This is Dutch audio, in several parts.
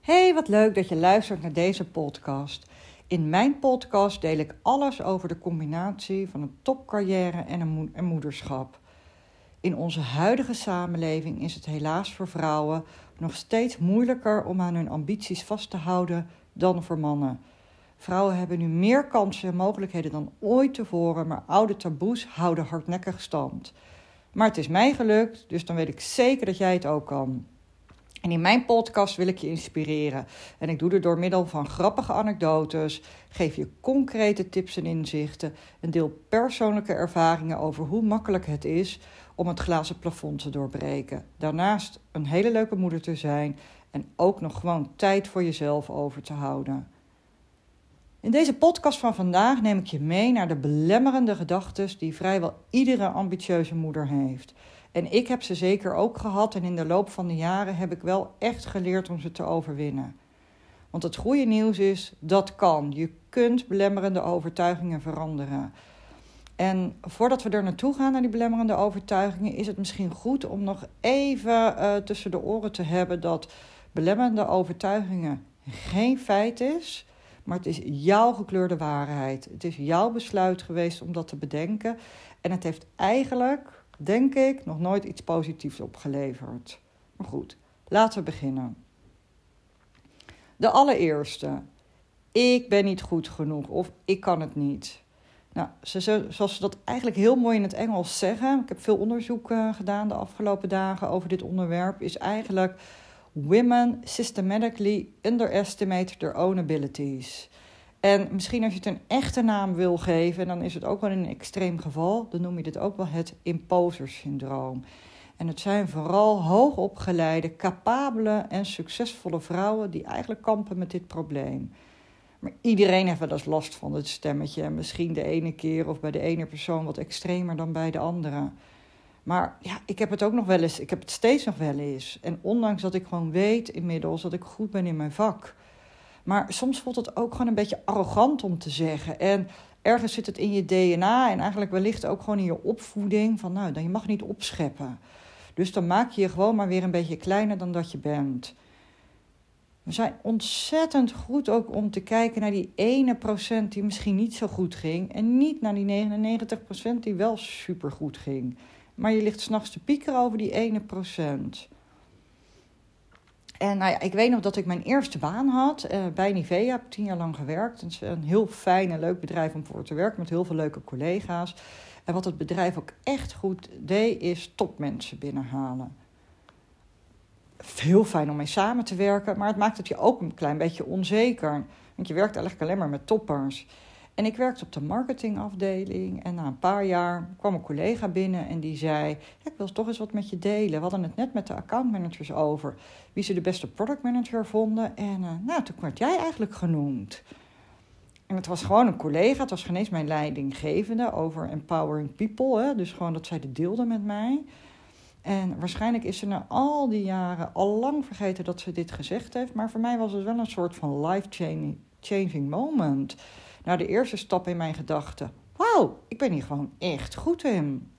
Hey, wat leuk dat je luistert naar deze podcast. In mijn podcast deel ik alles over de combinatie van een topcarrière en een moederschap. In onze huidige samenleving is het helaas voor vrouwen nog steeds moeilijker om aan hun ambities vast te houden dan voor mannen. Vrouwen hebben nu meer kansen en mogelijkheden dan ooit tevoren, maar oude taboes houden hardnekkig stand. Maar het is mij gelukt, dus dan weet ik zeker dat jij het ook kan. En in mijn podcast wil ik je inspireren. En ik doe het door middel van grappige anekdotes, geef je concrete tips en inzichten en deel persoonlijke ervaringen over hoe makkelijk het is om het glazen plafond te doorbreken. Daarnaast een hele leuke moeder te zijn en ook nog gewoon tijd voor jezelf over te houden. In deze podcast van vandaag neem ik je mee naar de belemmerende gedachten die vrijwel iedere ambitieuze moeder heeft. En ik heb ze zeker ook gehad en in de loop van de jaren heb ik wel echt geleerd om ze te overwinnen. Want het goede nieuws is, dat kan. Je kunt belemmerende overtuigingen veranderen. En voordat we er naartoe gaan naar die belemmerende overtuigingen, is het misschien goed om nog even tussen de oren te hebben dat belemmerende overtuigingen geen feit is, maar het is jouw gekleurde waarheid. Het is jouw besluit geweest om dat te bedenken en het heeft eigenlijk, denk ik, nog nooit iets positiefs opgeleverd. Maar goed, laten we beginnen. De allereerste. Ik ben niet goed genoeg of ik kan het niet. Nou, zoals ze dat eigenlijk heel mooi in het Engels zeggen, ik heb veel onderzoek gedaan de afgelopen dagen over dit onderwerp, is eigenlijk women systematically underestimate their own abilities. En misschien als je het een echte naam wil geven, dan is het ook wel in een extreem geval, dan noem je dit ook wel het imposter-syndroom. En het zijn vooral hoogopgeleide, capabele en succesvolle vrouwen die eigenlijk kampen met dit probleem. Maar iedereen heeft wel eens last van het stemmetje. En misschien de ene keer of bij de ene persoon wat extremer dan bij de andere. Maar ja, ik heb het ook nog wel eens. Ik heb het steeds nog wel eens. En ondanks dat ik gewoon weet inmiddels dat ik goed ben in mijn vak. Maar soms voelt het ook gewoon een beetje arrogant om te zeggen. En ergens zit het in je DNA en eigenlijk wellicht ook gewoon in je opvoeding. Van nou, je mag niet opscheppen. Dus dan maak je je gewoon maar weer een beetje kleiner dan dat je bent. We zijn ontzettend goed ook om te kijken naar die 1% die misschien niet zo goed ging. En niet naar die 99% die wel supergoed ging. Maar je ligt 's nachts te piekeren over die 1%. En nou ja, ik weet nog dat ik mijn eerste baan had bij Nivea. Heb 10 jaar lang gewerkt. Het is een heel fijn en leuk bedrijf om voor te werken met heel veel leuke collega's. En wat het bedrijf ook echt goed deed, is topmensen binnenhalen. Heel fijn om mee samen te werken, maar het maakt het je ook een klein beetje onzeker. Want je werkt eigenlijk alleen maar met toppers. En ik werkte op de marketingafdeling en na een paar jaar kwam een collega binnen en die zei, ik wil toch eens wat met je delen. We hadden het net met de accountmanagers over wie ze de beste productmanager vonden. En toen werd jij eigenlijk genoemd. En het was gewoon een collega, het was geen eens mijn leidinggevende over empowering people. Hè? Dus gewoon dat zij dit deelde met mij. En waarschijnlijk is ze na al die jaren al lang vergeten dat ze dit gezegd heeft. Maar voor mij was het wel een soort van life-changing moment. Nou, de eerste stap in mijn gedachten. Wauw, ik ben hier gewoon echt goed in.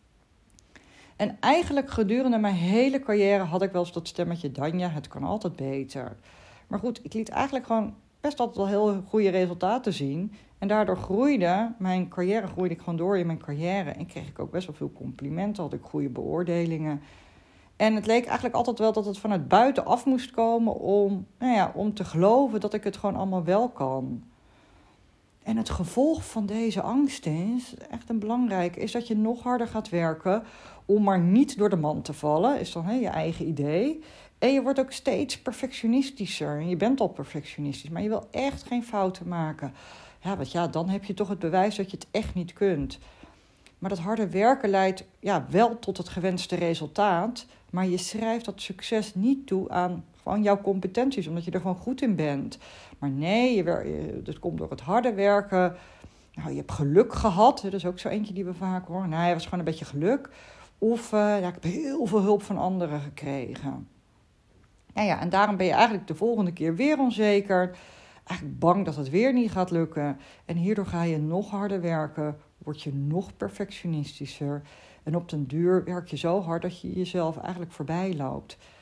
En eigenlijk gedurende mijn hele carrière had ik wel eens dat stemmetje, Danja, het kan altijd beter. Maar goed, ik liet eigenlijk gewoon best altijd wel heel goede resultaten zien. En daardoor groeide ik gewoon door in mijn carrière. En kreeg ik ook best wel veel complimenten, had ik goede beoordelingen. En het leek eigenlijk altijd wel dat het vanuit buitenaf moest komen om te geloven dat ik het gewoon allemaal wel kan. En het gevolg van deze angst is, echt een belangrijke, is dat je nog harder gaat werken om maar niet door de mand te vallen. Is dan je eigen idee. En je wordt ook steeds perfectionistischer. En je bent al perfectionistisch, maar je wil echt geen fouten maken. Ja, want dan heb je toch het bewijs dat je het echt niet kunt. Maar dat harde werken leidt wel tot het gewenste resultaat. Maar je schrijft dat succes niet toe aan gewoon jouw competenties, omdat je er gewoon goed in bent. Maar nee, dat komt door het harde werken. Nou, je hebt geluk gehad. Dat is ook zo eentje die we vaak horen. Nee, het was gewoon een beetje geluk. Of ik heb heel veel hulp van anderen gekregen. En daarom ben je eigenlijk de volgende keer weer onzeker. Eigenlijk bang dat het weer niet gaat lukken. En hierdoor ga je nog harder werken. Word je nog perfectionistischer. En op den duur werk je zo hard dat je jezelf eigenlijk voorbij loopt.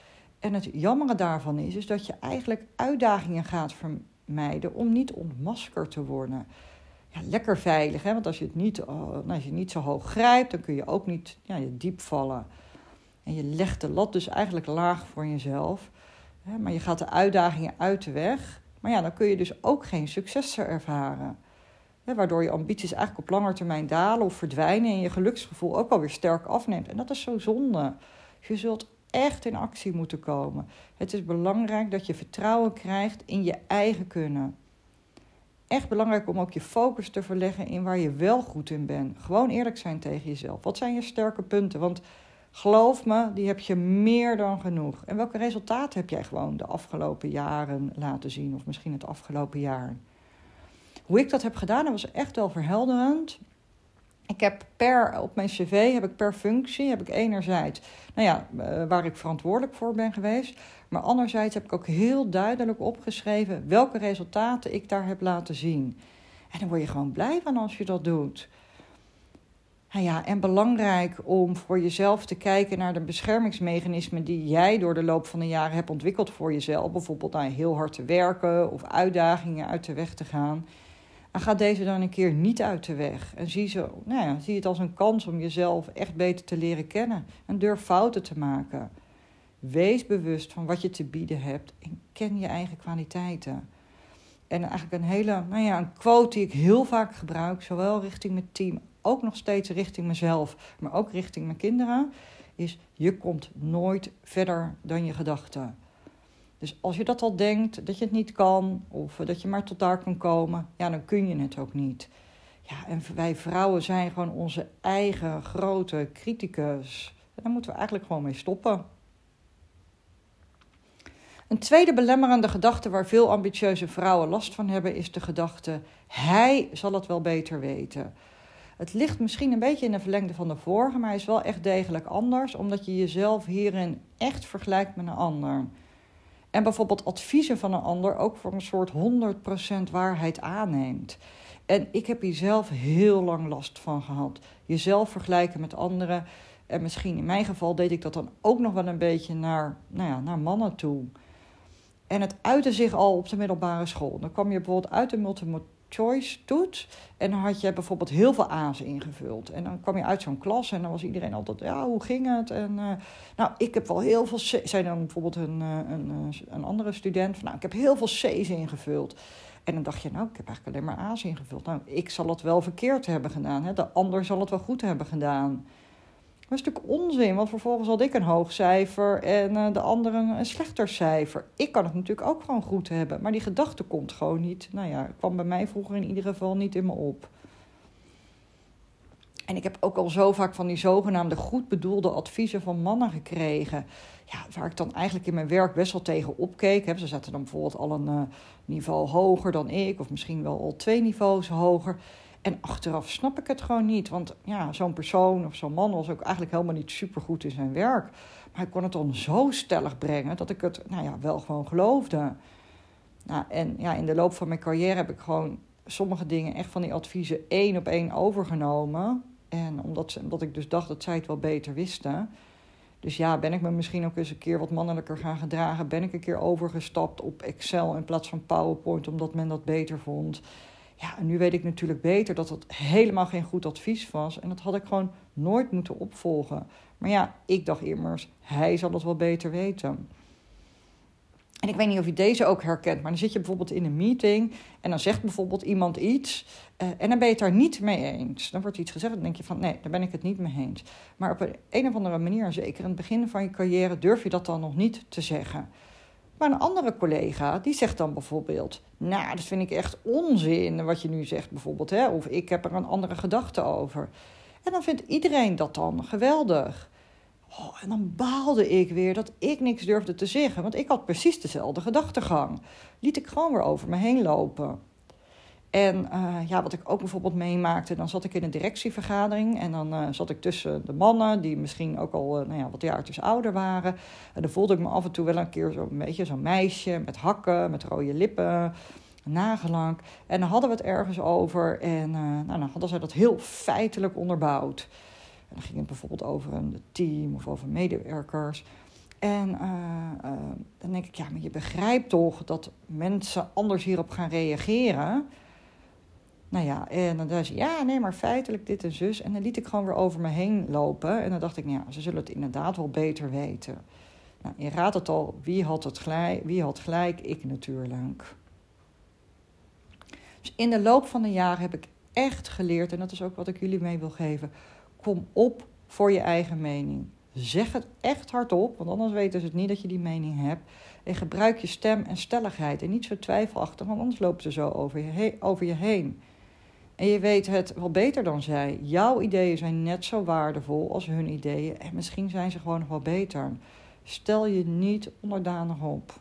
En het jammere daarvan is dat je eigenlijk uitdagingen gaat vermijden om niet ontmaskerd te worden. Ja, lekker veilig, hè? Want als je het niet zo hoog grijpt, dan kun je ook niet je diep vallen. En je legt de lat dus eigenlijk laag voor jezelf. Hè? Maar je gaat de uitdagingen uit de weg. Maar ja, dan kun je dus ook geen succes ervaren. Hè? Waardoor je ambities eigenlijk op lange termijn dalen of verdwijnen en je geluksgevoel ook alweer sterk afneemt. En dat is zo zonde. Je zult echt in actie moeten komen. Het is belangrijk dat je vertrouwen krijgt in je eigen kunnen. Echt belangrijk om ook je focus te verleggen in waar je wel goed in bent. Gewoon eerlijk zijn tegen jezelf. Wat zijn je sterke punten? Want geloof me, die heb je meer dan genoeg. En welke resultaten heb jij gewoon de afgelopen jaren laten zien? Of misschien het afgelopen jaar? Hoe ik dat heb gedaan, dat was echt wel verhelderend. Ik heb op mijn cv heb ik per functie heb ik enerzijds waar ik verantwoordelijk voor ben geweest. Maar anderzijds heb ik ook heel duidelijk opgeschreven welke resultaten ik daar heb laten zien. En dan word je gewoon blij van als je dat doet. En belangrijk om voor jezelf te kijken naar de beschermingsmechanismen die jij door de loop van de jaren hebt ontwikkeld voor jezelf. Bijvoorbeeld heel hard te werken of uitdagingen uit de weg te gaan. En ga deze dan een keer niet uit de weg. En zie het als een kans om jezelf echt beter te leren kennen. En durf fouten te maken. Wees bewust van wat je te bieden hebt. En ken je eigen kwaliteiten. En eigenlijk een quote die ik heel vaak gebruik. Zowel richting mijn team, ook nog steeds richting mezelf. Maar ook richting mijn kinderen. Is: je komt nooit verder dan je gedachten. Dus als je dat al denkt, dat je het niet kan, of dat je maar tot daar kan komen, dan kun je het ook niet. Ja, en wij vrouwen zijn gewoon onze eigen grote criticus. En daar moeten we eigenlijk gewoon mee stoppen. Een tweede belemmerende gedachte waar veel ambitieuze vrouwen last van hebben, is de gedachte: hij zal het wel beter weten. Het ligt misschien een beetje in de verlengde van de vorige, maar hij is wel echt degelijk anders, omdat je jezelf hierin echt vergelijkt met een ander. En bijvoorbeeld adviezen van een ander ook voor een soort 100% waarheid aanneemt. En ik heb hier zelf heel lang last van gehad. Jezelf vergelijken met anderen. En misschien in mijn geval deed ik dat dan ook nog wel een beetje naar mannen toe. En het uitte zich al op de middelbare school. Dan kwam je bijvoorbeeld uit de multiple choice toets. En dan had je bijvoorbeeld heel veel A's ingevuld. En dan kwam je uit zo'n klas en dan was iedereen altijd: hoe ging het? En ik heb wel heel veel C's. Zei dan bijvoorbeeld een andere student van: ik heb heel veel C's ingevuld. En dan dacht je: ik heb eigenlijk alleen maar A's ingevuld. Ik zal het wel verkeerd hebben gedaan. Hè? De ander zal het wel goed hebben gedaan. Dat is natuurlijk onzin, want vervolgens had ik een hoog cijfer en de anderen een slechter cijfer. Ik kan het natuurlijk ook gewoon goed hebben, maar die gedachte komt gewoon niet. Kwam bij mij vroeger in ieder geval niet in me op. En ik heb ook al zo vaak van die zogenaamde goed bedoelde adviezen van mannen gekregen. Waar ik dan eigenlijk in mijn werk best wel tegen opkeek. Ze zaten dan bijvoorbeeld al een niveau hoger dan ik, of misschien wel al 2 niveaus hoger. En achteraf snap ik het gewoon niet. Want zo'n persoon of zo'n man was ook eigenlijk helemaal niet supergoed in zijn werk. Maar hij kon het dan zo stellig brengen dat ik het wel gewoon geloofde. In de loop van mijn carrière heb ik gewoon sommige dingen echt van die adviezen 1 op 1 overgenomen. En omdat ik dus dacht dat zij het wel beter wisten. Dus ben ik me misschien ook eens een keer wat mannelijker gaan gedragen. Ben ik een keer overgestapt op Excel in plaats van PowerPoint, omdat men dat beter vond. En nu weet ik natuurlijk beter dat het helemaal geen goed advies was. En dat had ik gewoon nooit moeten opvolgen. Maar ik dacht immers, hij zal het wel beter weten. En ik weet niet of je deze ook herkent, maar dan zit je bijvoorbeeld in een meeting en dan zegt bijvoorbeeld iemand iets en dan ben je het daar niet mee eens. Dan wordt iets gezegd en dan denk je van nee, daar ben ik het niet mee eens. Maar op een of andere manier, zeker in het begin van je carrière, durf je dat dan nog niet te zeggen. Maar een andere collega, die zegt dan bijvoorbeeld: dat vind ik echt onzin wat je nu zegt bijvoorbeeld. Hè? Of ik heb er een andere gedachte over. En dan vindt iedereen dat dan geweldig. En dan baalde ik weer dat ik niks durfde te zeggen. Want ik had precies dezelfde gedachtegang. Liet ik gewoon weer over me heen lopen. En wat ik ook bijvoorbeeld meemaakte, dan zat ik in een directievergadering en dan zat ik tussen de mannen die misschien ook al wat jaartjes ouder waren. En dan voelde ik me af en toe wel een keer zo'n beetje zo'n meisje met hakken, met rode lippen, nagelak. En dan hadden we het ergens over en dan hadden zij dat heel feitelijk onderbouwd. En dan ging het bijvoorbeeld over een team of over medewerkers. En dan denk ik, ja, maar je begrijpt toch dat mensen anders hierop gaan reageren. Nou ja, en dan zei ze, ja, nee, maar feitelijk dit en zus. En dan liet ik gewoon weer over me heen lopen. En dan dacht ik, nou ja, ze zullen het inderdaad wel beter weten. Nou, je raadt het al, wie had gelijk? Ik natuurlijk. Dus in de loop van de jaren heb ik echt geleerd, en dat is ook wat ik jullie mee wil geven, kom op voor je eigen mening. Zeg het echt hardop, want anders weten ze het niet dat je die mening hebt. En gebruik je stem en stelligheid en niet zo twijfelachtig, want anders lopen ze zo over je heen. En je weet het wel beter dan zij. Jouw ideeën zijn net zo waardevol als hun ideeën en misschien zijn ze gewoon nog wel beter. Stel je niet onderdanig op.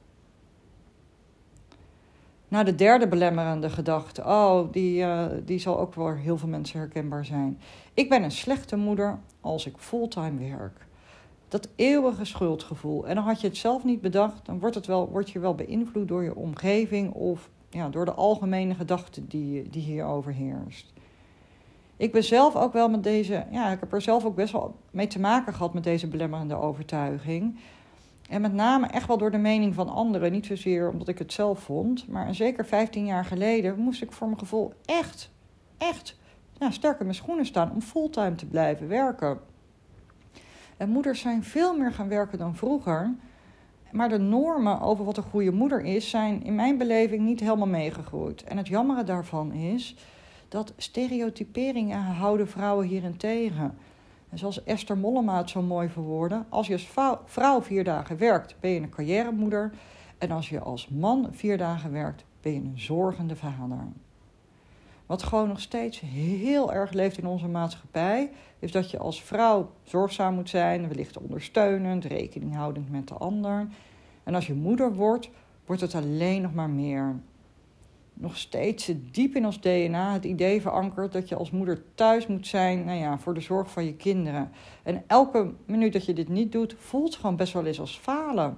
Nou, de derde belemmerende gedachte. Die zal ook wel heel veel mensen herkenbaar zijn. Ik ben een slechte moeder als ik fulltime werk. Dat eeuwige schuldgevoel. En dan had je het zelf niet bedacht. Dan word je wel beïnvloed door je omgeving of door de algemene gedachte die hier overheerst. Ik ben zelf ook wel met ik heb er zelf ook best wel mee te maken gehad met deze belemmerende overtuiging. En met name echt wel door de mening van anderen. Niet zozeer omdat ik het zelf vond. Maar zeker 15 jaar geleden moest ik voor mijn gevoel echt sterk in mijn schoenen staan om fulltime te blijven werken. En moeders zijn veel meer gaan werken dan vroeger. Maar de normen over wat een goede moeder is, zijn in mijn beleving niet helemaal meegegroeid. En het jammere daarvan is dat stereotyperingen houden vrouwen hierin tegen. En zoals Esther Mollema het zo mooi verwoordde, als je als vrouw 4 dagen werkt, ben je een carrièremoeder. En als je als man 4 dagen werkt, ben je een zorgende vader. Wat gewoon nog steeds heel erg leeft in onze maatschappij, is dat je als vrouw zorgzaam moet zijn, wellicht ondersteunend, rekening houdend met de ander. En als je moeder wordt het alleen nog maar meer. Nog steeds zit diep in ons DNA het idee verankerd dat je als moeder thuis moet zijn, voor de zorg van je kinderen. En elke minuut dat je dit niet doet, voelt gewoon best wel eens als falen.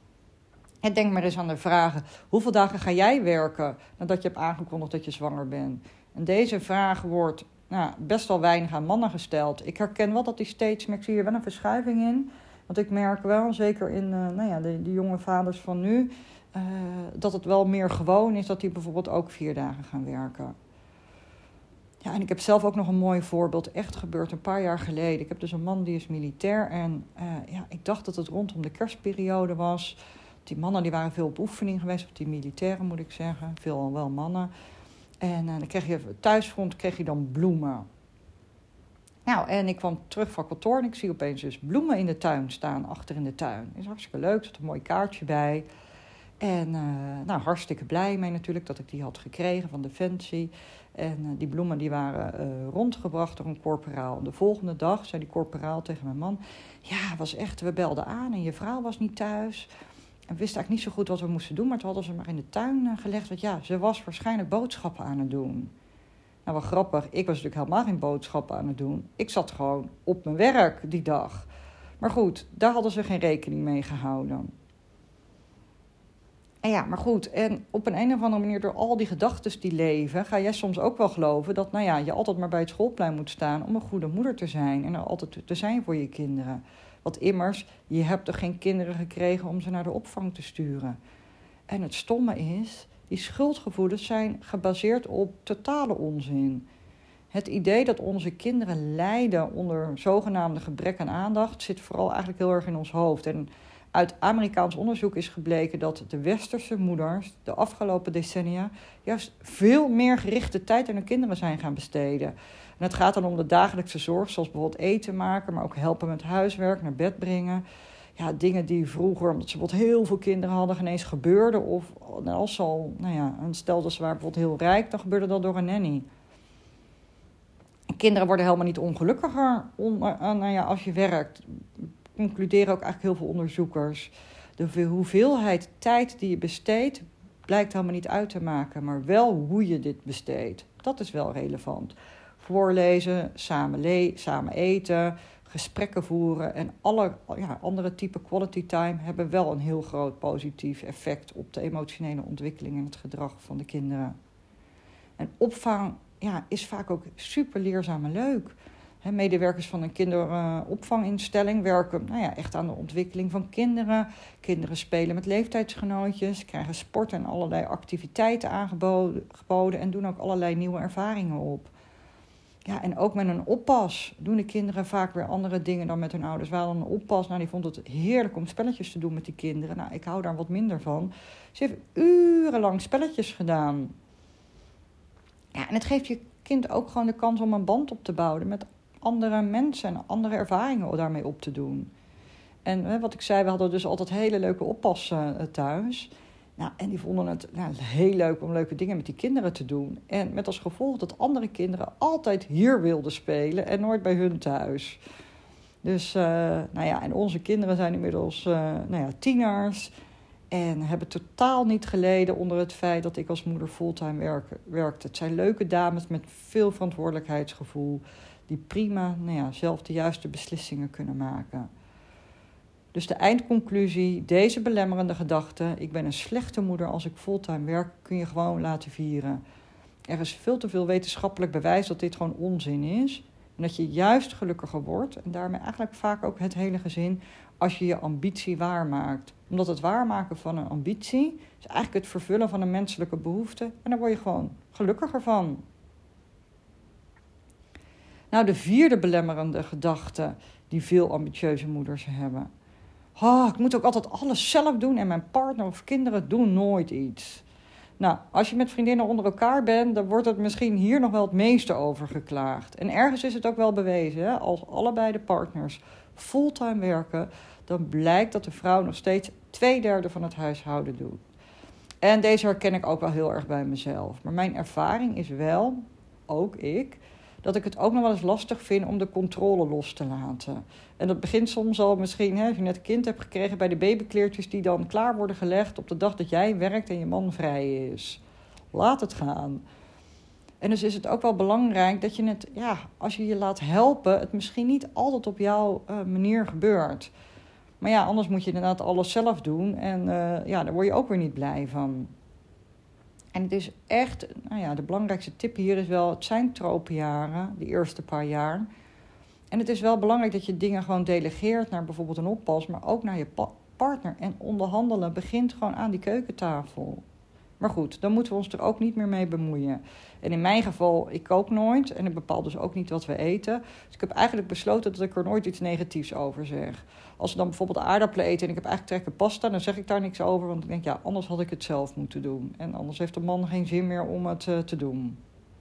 En denk maar eens aan de vragen, hoeveel dagen ga jij werken nadat je hebt aangekondigd dat je zwanger bent? En deze vraag wordt best wel weinig aan mannen gesteld. Ik herken wel dat die steeds, maar ik zie hier wel een verschuiving in. Want ik merk wel, zeker in de jonge vaders van nu, dat het wel meer gewoon is dat die bijvoorbeeld ook 4 dagen gaan werken. Ja, en ik heb zelf ook nog een mooi voorbeeld, echt gebeurd een paar jaar geleden. Ik heb dus een man die is militair en ik dacht dat het rondom de kerstperiode was. Die mannen die waren veel op oefening geweest, of die militairen moet ik zeggen, veel wel mannen. En dan kreeg je thuisfront kreeg je dan bloemen. Nou, en ik kwam terug van kantoor en ik zie opeens dus bloemen in de tuin staan, achter in de tuin. Dat is hartstikke leuk, er zat een mooi kaartje bij. En hartstikke blij mee natuurlijk dat ik die had gekregen van Defensie. En die bloemen die waren rondgebracht door een korporaal. De volgende dag zei die korporaal tegen mijn man, we belden aan en je vrouw was niet thuis. En we wisten eigenlijk niet zo goed wat we moesten doen, maar toen hadden ze maar in de tuin gelegd. Want ze was waarschijnlijk boodschappen aan het doen. Nou, wat grappig, ik was natuurlijk helemaal geen boodschappen aan het doen. Ik zat gewoon op mijn werk die dag. Maar goed, daar hadden ze geen rekening mee gehouden. En op een of andere manier door al die gedachten die leven, ga jij soms ook wel geloven dat je altijd maar bij het schoolplein moet staan om een goede moeder te zijn en er altijd te zijn voor je kinderen. Want immers, je hebt er geen kinderen gekregen om ze naar de opvang te sturen. En het stomme is, die schuldgevoelens zijn gebaseerd op totale onzin. Het idee dat onze kinderen lijden onder zogenaamde gebrek aan aandacht zit vooral eigenlijk heel erg in ons hoofd. En uit Amerikaans onderzoek is gebleken dat de westerse moeders de afgelopen decennia juist veel meer gerichte tijd aan hun kinderen zijn gaan besteden. En het gaat dan om de dagelijkse zorg, zoals bijvoorbeeld eten maken, maar ook helpen met huiswerk, naar bed brengen. Ja, dingen die vroeger, omdat ze bijvoorbeeld heel veel kinderen hadden, geen eens gebeurden. Of als ze al, stel dat ze waren bijvoorbeeld heel rijk, dan gebeurde dat door een nanny. Kinderen worden helemaal niet ongelukkiger als je werkt. Concluderen ook eigenlijk heel veel onderzoekers. De hoeveelheid tijd die je besteedt blijkt helemaal niet uit te maken, maar wel hoe je dit besteedt. Dat is wel relevant. Voorlezen, samen eten, gesprekken voeren en alle andere type quality time hebben wel een heel groot positief effect op de emotionele ontwikkeling en het gedrag van de kinderen. En opvang is vaak ook super leerzaam en leuk. Medewerkers van een kinderopvanginstelling werken echt aan de ontwikkeling van kinderen. Kinderen spelen met leeftijdsgenootjes, krijgen sport en allerlei activiteiten aangeboden en doen ook allerlei nieuwe ervaringen op. Ja, en ook met een oppas doen de kinderen vaak weer andere dingen dan met hun ouders. We hadden een oppas, die vond het heerlijk om spelletjes te doen met die kinderen. Nou, ik hou daar wat minder van. Ze heeft urenlang spelletjes gedaan. Ja, en het geeft je kind ook gewoon de kans om een band op te bouwen met andere mensen en andere ervaringen daarmee op te doen. En wat ik zei, we hadden dus altijd hele leuke oppassen thuis. Nou, en die vonden het heel leuk om leuke dingen met die kinderen te doen. En met als gevolg dat andere kinderen altijd hier wilden spelen en nooit bij hun thuis. Dus, en onze kinderen zijn inmiddels tieners. En hebben totaal niet geleden onder het feit dat ik als moeder fulltime werkte. Het zijn leuke dames met veel verantwoordelijkheidsgevoel. Die prima zelf de juiste beslissingen kunnen maken. Dus de eindconclusie, deze belemmerende gedachte, ik ben een slechte moeder als ik fulltime werk, kun je gewoon laten vieren. Er is veel te veel wetenschappelijk bewijs dat dit gewoon onzin is. En dat je juist gelukkiger wordt, en daarmee eigenlijk vaak ook het hele gezin, als je je ambitie waarmaakt. Omdat het waarmaken van een ambitie is eigenlijk het vervullen van een menselijke behoefte. En daar word je gewoon gelukkiger van. Nou, de vierde belemmerende gedachte die veel ambitieuze moeders hebben. Ik moet ook altijd alles zelf doen en mijn partner of kinderen doen nooit iets. Nou, als je met vriendinnen onder elkaar bent, dan wordt het misschien hier nog wel het meeste over geklaagd. En ergens is het ook wel bewezen, hè? Als allebei de partners fulltime werken, dan blijkt dat de vrouw nog steeds 2/3 van het huishouden doet. En deze herken ik ook wel heel erg bij mezelf. Maar mijn ervaring is wel, ook ik, dat ik het ook nog wel eens lastig vind om de controle los te laten. En dat begint soms al misschien, als je net een kind hebt gekregen, bij de babykleertjes die dan klaar worden gelegd op de dag dat jij werkt en je man vrij is. Laat het gaan. En dus is het ook wel belangrijk dat je het, als je je laat helpen, het misschien niet altijd op jouw manier gebeurt. Maar ja, anders moet je inderdaad alles zelf doen en daar word je ook weer niet blij van. En het is echt, de belangrijkste tip hier is wel, het zijn tropenjaren, die eerste paar jaar. En het is wel belangrijk dat je dingen gewoon delegeert naar bijvoorbeeld een oppas, maar ook naar je partner. En onderhandelen begint gewoon aan die keukentafel. Maar goed, dan moeten we ons er ook niet meer mee bemoeien. En in mijn geval, ik kook nooit en ik bepaal dus ook niet wat we eten. Dus ik heb eigenlijk besloten dat ik er nooit iets negatiefs over zeg. Als we dan bijvoorbeeld aardappelen eten en ik heb eigenlijk trek in pasta, dan zeg ik daar niks over. Want ik denk, anders had ik het zelf moeten doen. En anders heeft de man geen zin meer om het te doen.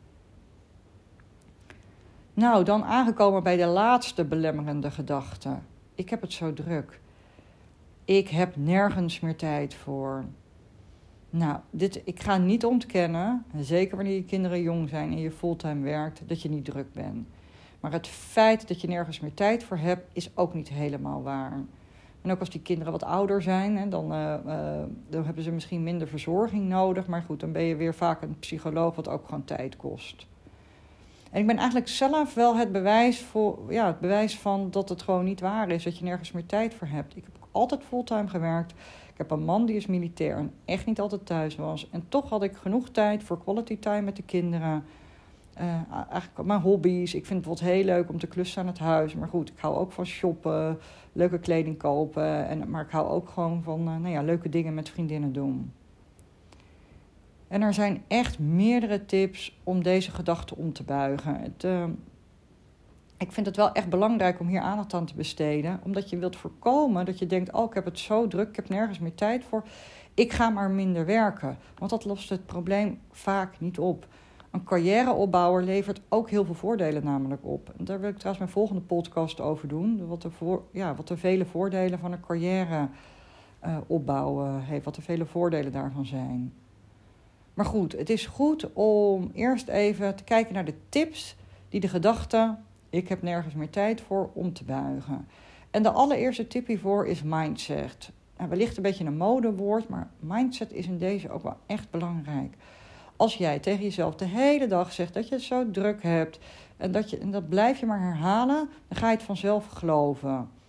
Nou, dan aangekomen bij de laatste belemmerende gedachte. Ik heb het zo druk. Ik heb nergens meer tijd voor. Nou, ik ga niet ontkennen, zeker wanneer je kinderen jong zijn en je fulltime werkt, dat je niet druk bent. Maar het feit dat je nergens meer tijd voor hebt, is ook niet helemaal waar. En ook als die kinderen wat ouder zijn, dan hebben ze misschien minder verzorging nodig. Maar goed, dan ben je weer vaak een psycholoog, wat ook gewoon tijd kost. En ik ben eigenlijk zelf wel het bewijs van dat het gewoon niet waar is, dat je nergens meer tijd voor hebt. Ik heb altijd fulltime gewerkt. Ik heb een man die is militair en echt niet altijd thuis was. En toch had ik genoeg tijd voor quality time met de kinderen. Eigenlijk mijn hobby's. Ik vind het bijvoorbeeld heel leuk om te klussen aan het huis. Maar goed, ik hou ook van shoppen, leuke kleding kopen. Maar ik hou ook gewoon van leuke dingen met vriendinnen doen. En er zijn echt meerdere tips om deze gedachte om te buigen. Ik vind het wel echt belangrijk om hier aandacht aan te besteden. Omdat je wilt voorkomen dat je denkt, ik heb het zo druk, ik heb nergens meer tijd voor. Ik ga maar minder werken. Want dat lost het probleem vaak niet op. Een carrièreopbouwer levert ook heel veel voordelen namelijk op. En daar wil ik trouwens mijn volgende podcast over doen. Wat de vele voordelen van een carrière opbouwen heeft. Wat de vele voordelen daarvan zijn. Maar goed, het is goed om eerst even te kijken naar de tips die de gedachte, ik heb nergens meer tijd voor, om te buigen. En de allereerste tip hiervoor is mindset. Wellicht een beetje een modewoord, maar mindset is in deze ook wel echt belangrijk. Als jij tegen jezelf de hele dag zegt dat je het zo druk hebt en dat blijf je maar herhalen, dan ga je het vanzelf geloven.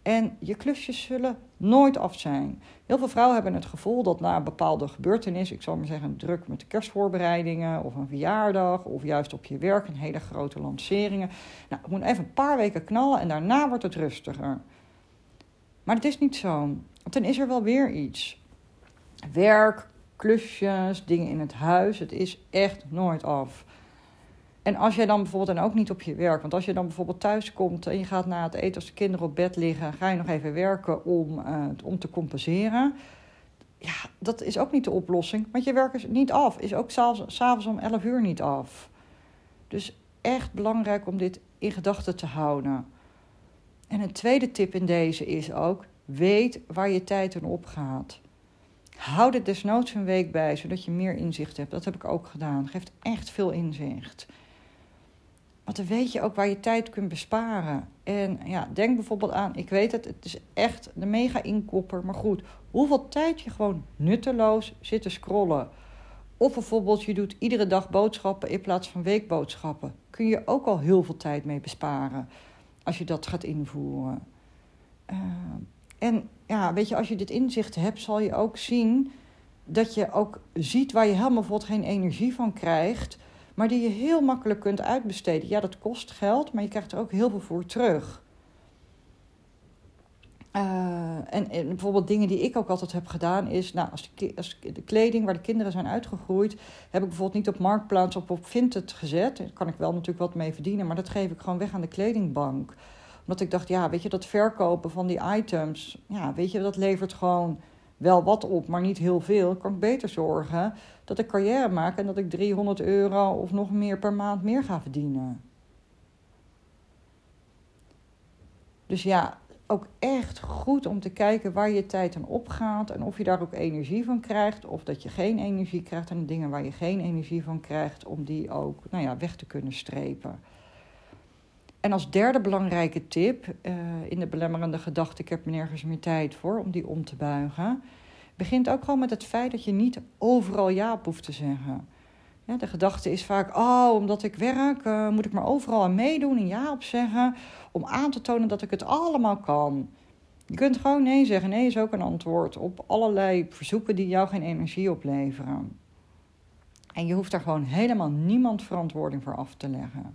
En je klusjes zullen nooit af zijn. Heel veel vrouwen hebben het gevoel dat na een bepaalde gebeurtenis, ik zal maar zeggen druk met de kerstvoorbereidingen of een verjaardag of juist op je werk een hele grote lanceringen. Nou, het moet even een paar weken knallen en daarna wordt het rustiger. Maar het is niet zo. Want dan is er wel weer iets. Werk, klusjes, dingen in het huis, het is echt nooit af. En als jij dan bijvoorbeeld ook niet op je werk, want als je dan bijvoorbeeld thuis komt en je gaat na het eten als de kinderen op bed liggen, ga je nog even werken om te compenseren. Ja, dat is ook niet de oplossing, want je werk is niet af. Is ook 's avonds om 11 uur niet af. Dus echt belangrijk om dit in gedachten te houden. En een tweede tip in deze is ook, weet waar je tijd in opgaat. Houd het desnoods een week bij, zodat je meer inzicht hebt. Dat heb ik ook gedaan. Het geeft echt veel inzicht. Want dan weet je ook waar je tijd kunt besparen. En ja, denk bijvoorbeeld aan, ik weet het is echt de mega inkopper. Maar goed, hoeveel tijd je gewoon nutteloos zit te scrollen. Of bijvoorbeeld je doet iedere dag boodschappen in plaats van weekboodschappen. Kun je ook al heel veel tijd mee besparen als je dat gaat invoeren. En ja, weet je, als je dit inzicht hebt, zal je ook zien dat je ook ziet waar je helemaal bijvoorbeeld geen energie van krijgt, maar die je heel makkelijk kunt uitbesteden. Ja, dat kost geld, maar je krijgt er ook heel veel voor terug. En bijvoorbeeld dingen die ik ook altijd heb gedaan is, nou, als de kleding waar de kinderen zijn uitgegroeid, heb ik bijvoorbeeld niet op Marktplaats of op Vinted gezet. Daar kan ik wel natuurlijk wat mee verdienen, maar dat geef ik gewoon weg aan de kledingbank. Omdat ik dacht, ja, weet je, dat verkopen van die items, ja, weet je, dat levert gewoon wel wat op, maar niet heel veel. Dan kan ik beter zorgen dat ik carrière maak en dat ik €300 of nog meer per maand meer ga verdienen. Dus ja, ook echt goed om te kijken waar je tijd aan opgaat en of je daar ook energie van krijgt of dat je geen energie krijgt en de dingen waar je geen energie van krijgt, om die ook weg te kunnen strepen. En als derde belangrijke tip, in de belemmerende gedachte, ik heb nergens meer tijd voor, om die om te buigen, begint ook gewoon met het feit dat je niet overal ja op hoeft te zeggen. Ja, de gedachte is vaak, omdat ik werk, moet ik maar overal aan meedoen en ja op zeggen, om aan te tonen dat ik het allemaal kan. Je kunt gewoon nee zeggen. Nee is ook een antwoord op allerlei verzoeken die jou geen energie opleveren. En je hoeft daar gewoon helemaal niemand verantwoording voor af te leggen.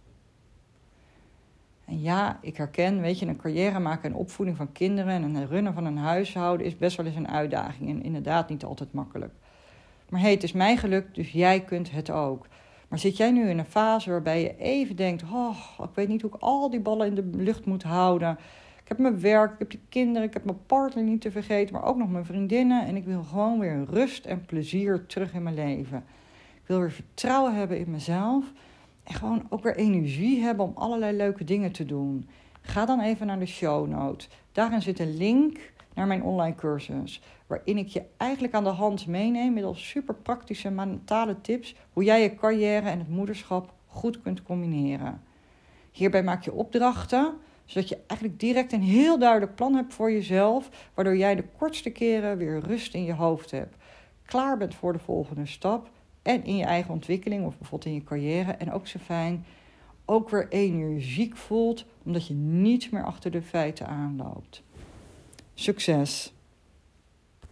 En ja, ik herken, weet je, een carrière maken en opvoeding van kinderen en een runnen van een huishouden is best wel eens een uitdaging en inderdaad niet altijd makkelijk. Maar het is mij gelukt, dus jij kunt het ook. Maar zit jij nu in een fase waarbij je even denkt, ik weet niet hoe ik al die ballen in de lucht moet houden. Ik heb mijn werk, ik heb die kinderen, ik heb mijn partner niet te vergeten, maar ook nog mijn vriendinnen. En ik wil gewoon weer rust en plezier terug in mijn leven. Ik wil weer vertrouwen hebben in mezelf. En gewoon ook weer energie hebben om allerlei leuke dingen te doen. Ga dan even naar de show notes. Daarin zit een link naar mijn online cursus, waarin ik je eigenlijk aan de hand meeneem middels super praktische mentale tips hoe jij je carrière en het moederschap goed kunt combineren. Hierbij maak je opdrachten, zodat je eigenlijk direct een heel duidelijk plan hebt voor jezelf, waardoor jij de kortste keren weer rust in je hoofd hebt. Klaar bent voor de volgende stap en in je eigen ontwikkeling of bijvoorbeeld in je carrière. En ook zo fijn, ook weer energiek voelt, omdat je niet meer achter de feiten aanloopt. Succes!